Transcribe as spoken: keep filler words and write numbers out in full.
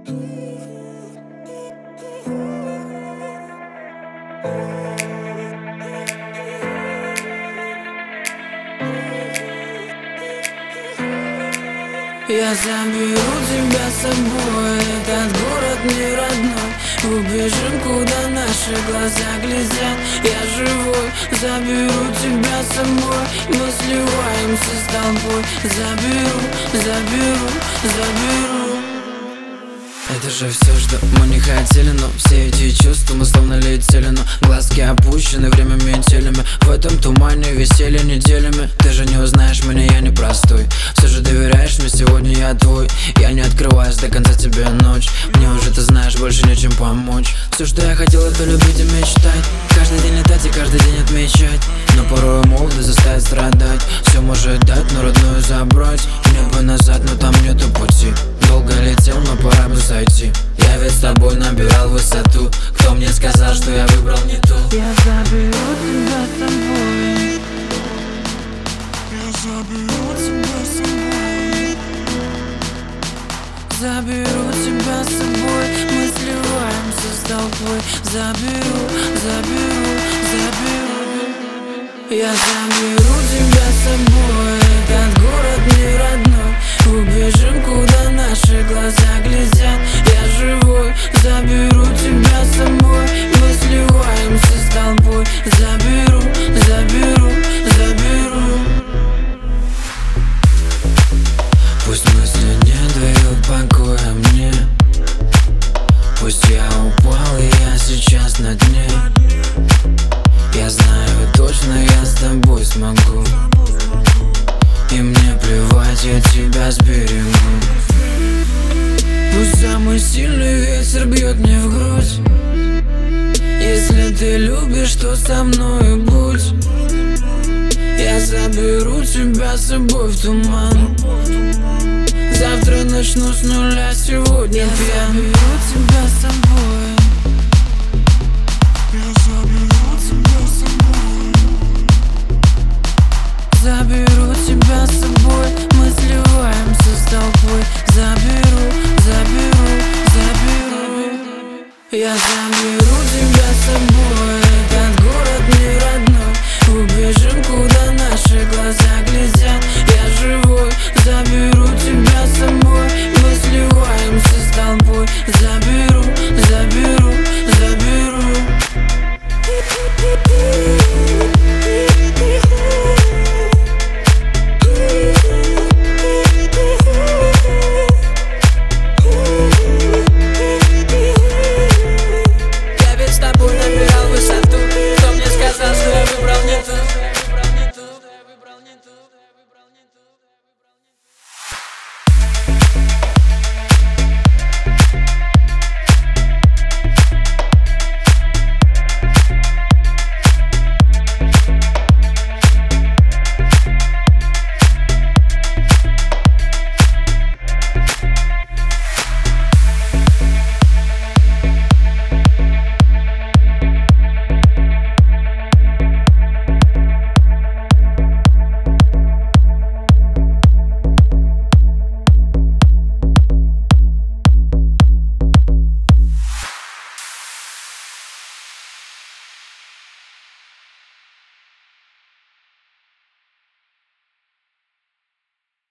Я заберу тебя с собой, этот город не родной. Убежим, куда наши глаза глядят. Я живой, заберу тебя с собой. Мы сливаемся с толпой. Заберу, заберу, заберу. Это же все, что мы не хотели, но все эти чувства мы словно летели. Но глазки опущены, время метелями. В этом тумане веселье неделями. Ты же не узнаешь меня, я не простой. Все же доверяешь мне, сегодня я твой. Я не открываюсь до конца тебе ночь. Мне уже, ты знаешь, больше нечем помочь. Все, что я хотел, это любить и мечтать. Каждый день летать и каждый день отмечать. Но порой молодость заставит страдать. Все может дать, но родную забрать. Мне бы назад, но там нету пути. Долго летел, но пора бы сойти. Я ведь с тобой набирал высоту. Кто мне сказал, что я выбрал не ту? Я заберу тебя с собой. Я заберу тебя с собой. Заберу тебя с собой. Мы сливаемся с толпой. Заберу, заберу, заберу. Я заберу тебя с собой. Этот город не родной. Убежим, куда наши глаза глядят. Я живой, заберу тебя с собой. Мы сливаемся с толпой. Заберу, заберу, заберу. Пусть мысли не дают покоя мне. Пусть я упал и я сейчас на дне. Я знаю точно, я с тобой смогу. И мне плевать, я тебя сберегу. Пусть самый сильный ветер бьет мне в грудь. Если ты любишь, то со мною будь. Я заберу тебя с собой в туман. Завтра начну с нуля, сегодня Я пьян. заберу тебя с собой.